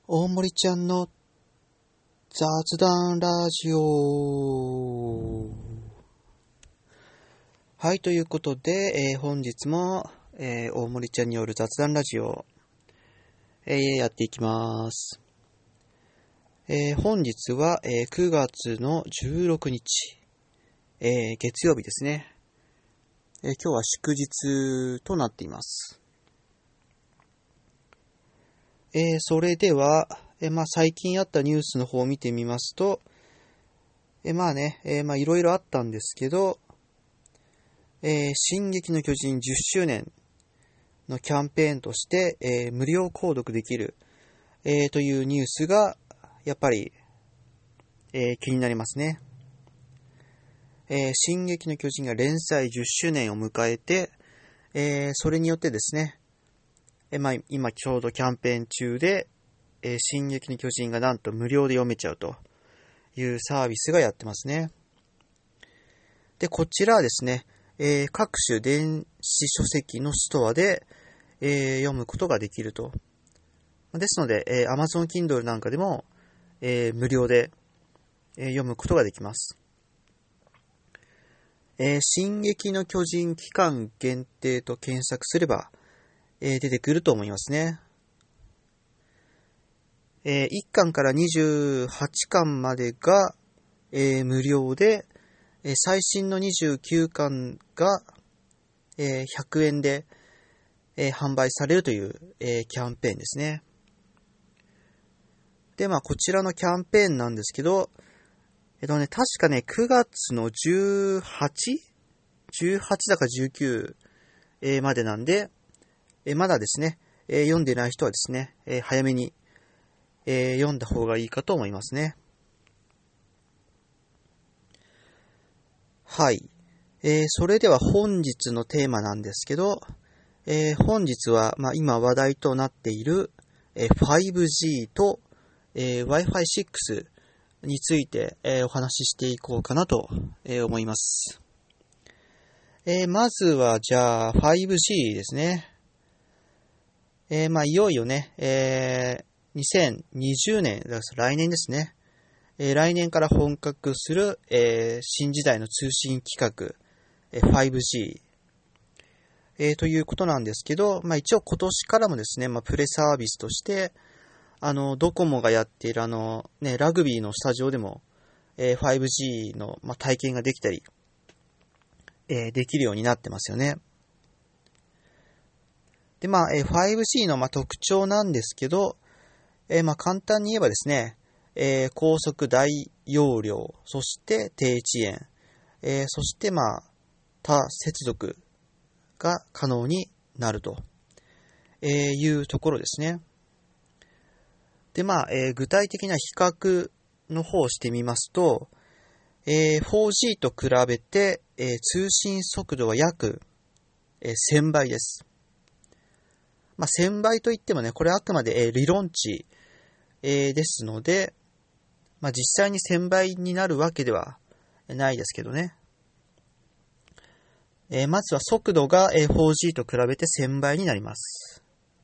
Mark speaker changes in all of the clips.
Speaker 1: 大森ちゃんの雑談ラジオ。はい、ということで、本日も、大森ちゃんによる雑談ラジオ、やっていきます。本日は、9月の16日、月曜日ですね。今日は祝日となっています。それでは、最近あったニュースの方を見てみますと、いろいろあったんですけど、進撃の巨人10周年のキャンペーンとして、無料購読できる、というニュースが、やっぱり、気になりますね。進撃の巨人が連載10周年を迎えて、それによってですね、今ちょうどキャンペーン中で、進撃の巨人がなんと無料で読めちゃうというサービスがやってますね。で、こちらはですね、各種電子書籍のストアで、読むことができると。ですので、Amazon Kindle なんかでも、無料で、読むことができます。進撃の巨人期間限定と検索すれば、出てくると思いますね。1巻から28巻までが、無料で、最新の29巻が、100円で、販売されるという、キャンペーンですね。で、こちらのキャンペーンなんですけど、確かね、9月の18だか19、までなんで、まだですね、読んでない人はですね、早めに、読んだ方がいいかと思いますね。はい。それでは本日のテーマなんですけど、本日は、今話題となっている、5G と、Wi-Fi 6について、お話ししていこうかなと、思います。まずはじゃあ 5G ですね。いよいよね、2020年、来年ですね。来年から本格する、新時代の通信規格、5G、ということなんですけど、一応今年からもですね、プレサービスとして、ドコモがやっているラグビーのスタジオでも、5G の、体験ができたり、できるようになってますよね。で、5G の、特徴なんですけど、簡単に言えばですね、高速大容量、そして低遅延、そして多接続が可能になると、いうところですね。で、具体的な比較の方をしてみますと、4G と比べて、通信速度は約、1000倍です。1000倍といってもね、これあくまで、理論値、ですので、実際に1000倍になるわけではないですけどね。まずは速度が 4G と比べて1000倍になります。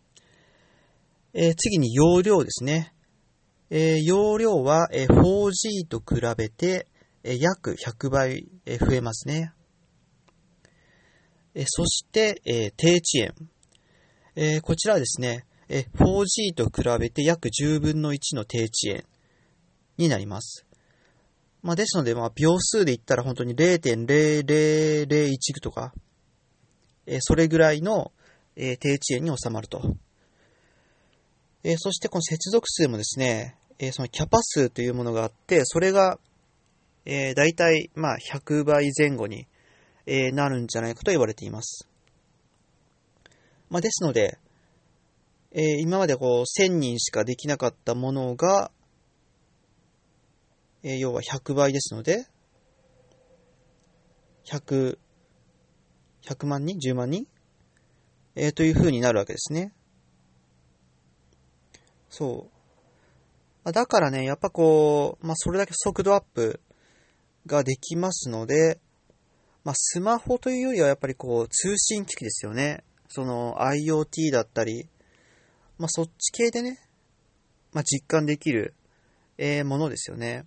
Speaker 1: 次に容量ですね。容量は 4G と比べて約100倍増えますね。そして低遅延。こちらはですね、4G と比べて約10分の1の低遅延になります。ですので、秒数で言ったら本当に 0.0001 とか、それぐらいの、低遅延に収まると。そしてこの接続数もですね、そのキャパ数というものがあって、それが、だいたい100倍前後に、なるんじゃないかと言われています。ですので、今まで1000人しかできなかったものが、要は100倍ですので、100万人 ?10 万人、という風になるわけですね。そう。だからね、やっぱそれだけ速度アップができますので、スマホというよりはやっぱり通信機器ですよね。その IoT だったり、そっち系でね、 実感できる、ものですよね。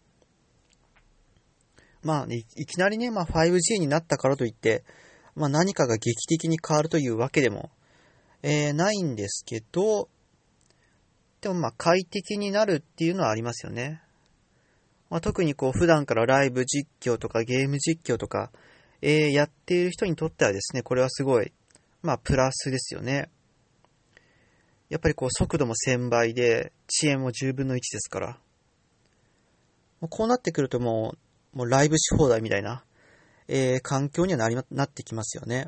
Speaker 1: いきなりね、5G になったからといって、何かが劇的に変わるというわけでも、ないんですけど、でも快適になるっていうのはありますよね。特に普段からライブ実況とかゲーム実況とか、やっている人にとってはですね、これはすごい、プラスですよね。やっぱり速度も1000倍で、遅延も10分の1ですから。こうなってくるともうライブし放題みたいな、環境にはなってきますよね。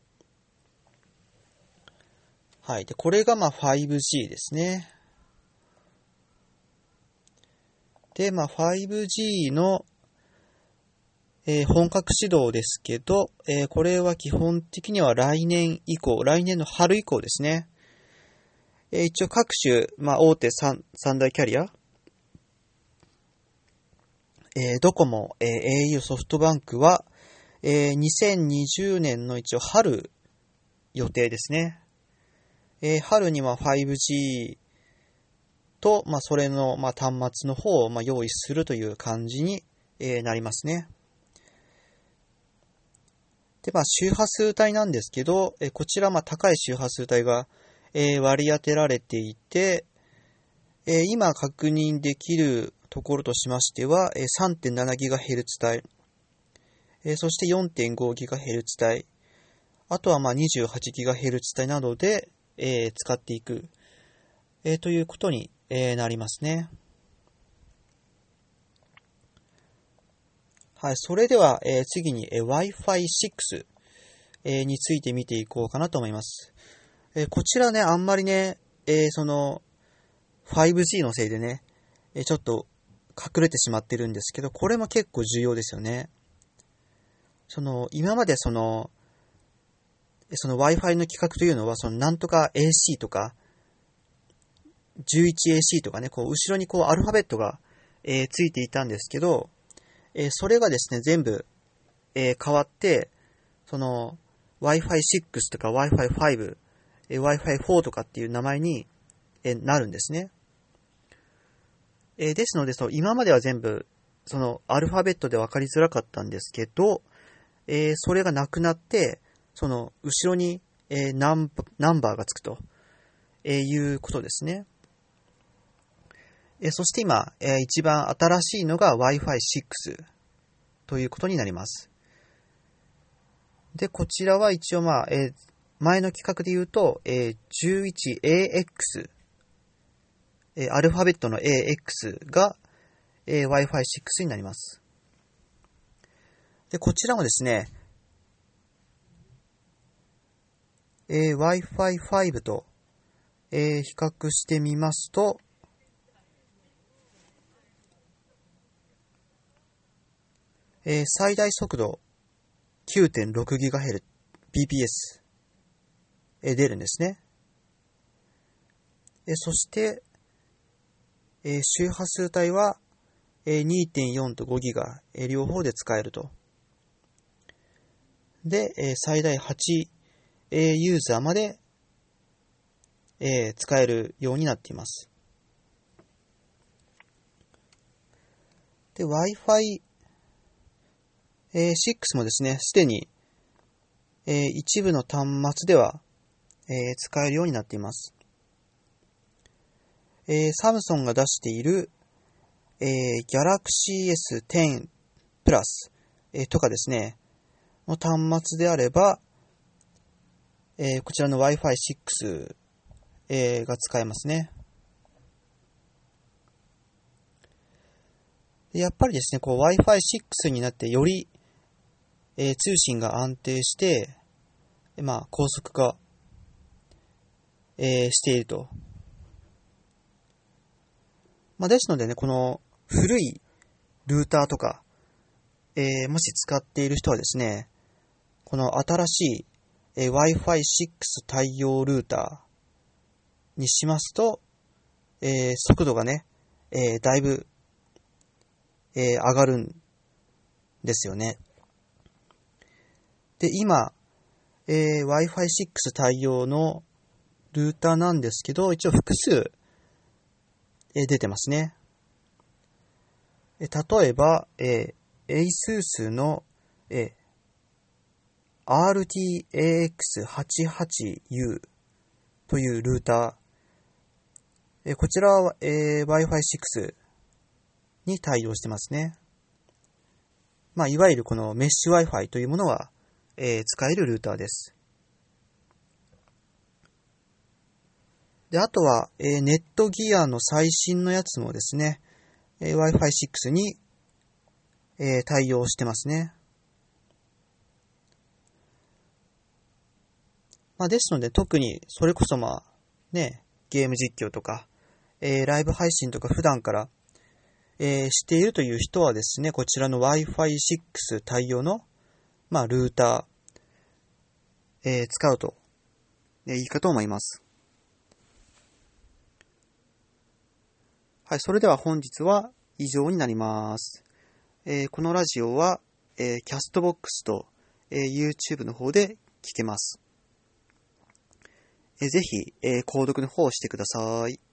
Speaker 1: はい。で、これが5G ですね。で、5G の、本格始動ですけど、これは基本的には来年の春以降ですね。一応各種、大手三大キャリア、ドコモ、au、ソフトバンクは、2020年の一応春予定ですね。春には 5G と、それの、端末の方を、用意するという感じに、なりますね。で、周波数帯なんですけど、こちら、高い周波数帯が、割り当てられていて、今確認できるところとしましては、3.7GHz 帯、そして 4.5GHz 帯、あとは28GHz 帯などで、使っていく、ということに、なりますね。はい、それでは、次に、Wi-Fi 6、について見ていこうかなと思います。こちらね、あんまりね、5G のせいでね、ちょっと隠れてしまってるんですけど、これも結構重要ですよね。今までWi-Fi の規格というのは、なんとか AC とか、11AC とかね、後ろにアルファベットが、ついていたんですけど、それがですね、全部、変わって、Wi-Fi 6とか Wi-Fi 5、Wi-Fi 4とかっていう名前に、なるんですね。ですので、今までは全部、アルファベットで分かりづらかったんですけど、それがなくなって、後ろに、ナンバーがつくと、いうことですね。そして今、一番新しいのが Wi-Fi 6ということになります。で、こちらは一応前の規格で言うと、11AX、アルファベットの AX が、Wi-Fi 6になります。で、こちらもですね、Wi-Fi 5と、比較してみますと、最大速度 9.6GHz、bps、出るんですね。そして、周波数帯は、2.4 と 5GHz、両方で使えると。で、最大8、ユーザーまで、使えるようになっています。で、Wi-Fi 6もですね、すでに、一部の端末では、使えるようになっています。サムソンが出している、Galaxy S10 プラス、とかですね、の端末であれば、こちらの Wi-Fi 6、が使えますね。でやっぱりですね、Wi-Fi 6になってより、通信が安定して、高速化、していると。ですのでね、この古いルーターとか、もし使っている人はですね、この新しい、Wi-Fi 6対応ルーターにしますと、速度がね、だいぶ、上がるんですよね。で、今、Wi-Fi 6対応のルーターなんですけど、一応複数、 出てますね。例えば、ASUS の、RTAX88U というルーター、こちらは、Wi-Fi 6に対応してますね。いわゆるこのメッシュ Wi-Fi というものは、使えるルーターです。で、あとは、ネットギアの最新のやつもですね、Wi-Fi 6に、対応してますね。ですので、特にそれこそゲーム実況とか、ライブ配信とか普段から、しているという人はですね、こちらの Wi-Fi 6対応の、ルーター、使うと、いいかと思います。はい、それでは本日は以上になります。このラジオは、キャストボックスと、YouTube の方で聞けます。ぜひ、購読の方をしてください。